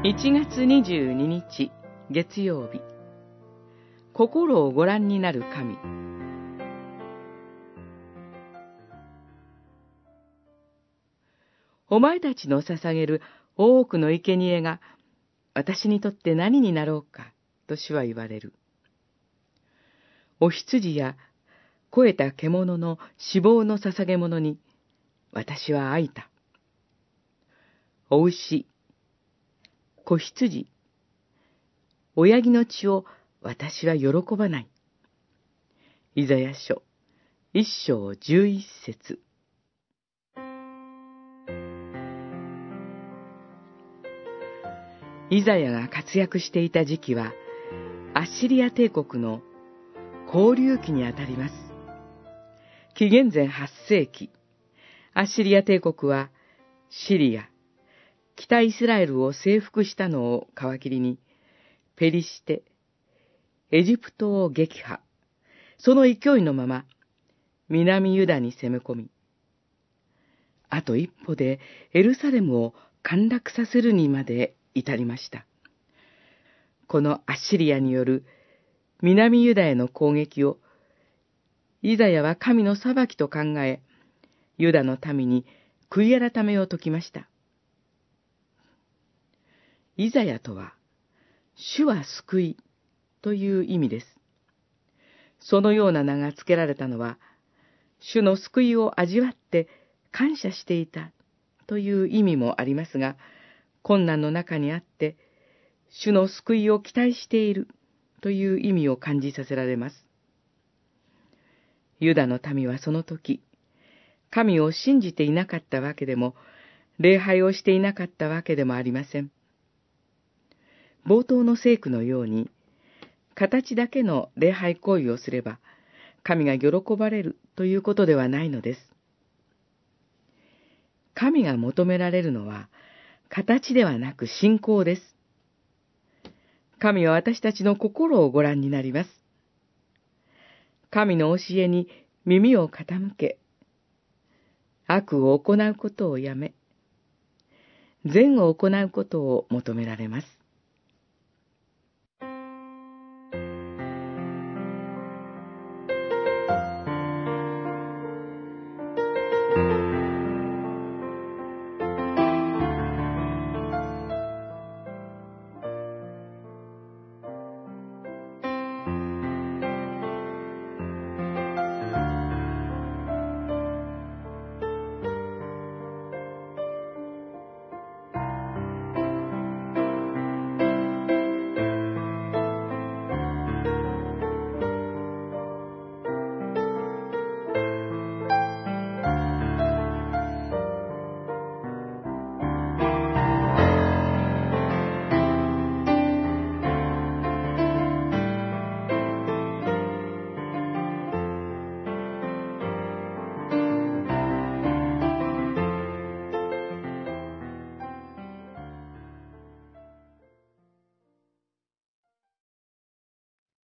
1月22日月曜日、心をご覧になる神。お前たちの捧げる多くの生贄が私にとって何になろうかと主は言われる。お羊や肥えた獣の脂肪の捧げ物に私は飽いた。お牛、子羊、親木の血を私は喜ばない。イザヤ書1章11節。イザヤが活躍していた時期はアッシリア帝国の興隆期にあたります。紀元前8世紀、アッシリア帝国はシリア、北イスラエルを征服したのを皮切りに、ペリシテ、エジプトを撃破、その勢いのまま、南ユダに攻め込み、あと一歩でエルサレムを陥落させるにまで至りました。このアッシリアによる南ユダへの攻撃を、イザヤは神の裁きと考え、ユダの民に悔い改めを説きました。イザヤとは、主は救いという意味です。そのような名が付けられたのは、主の救いを味わって感謝していたという意味もありますが、困難の中にあって、主の救いを期待しているという意味を感じさせられます。ユダの民はその時、神を信じていなかったわけでも、礼拝をしていなかったわけでもありません。冒頭の聖句のように、形だけの礼拝行為をすれば、神が喜ばれるということではないのです。神が求められるのは、形ではなく信仰です。神は私たちの心をご覧になります。神の教えに耳を傾け、悪を行うことをやめ、善を行うことを求められます。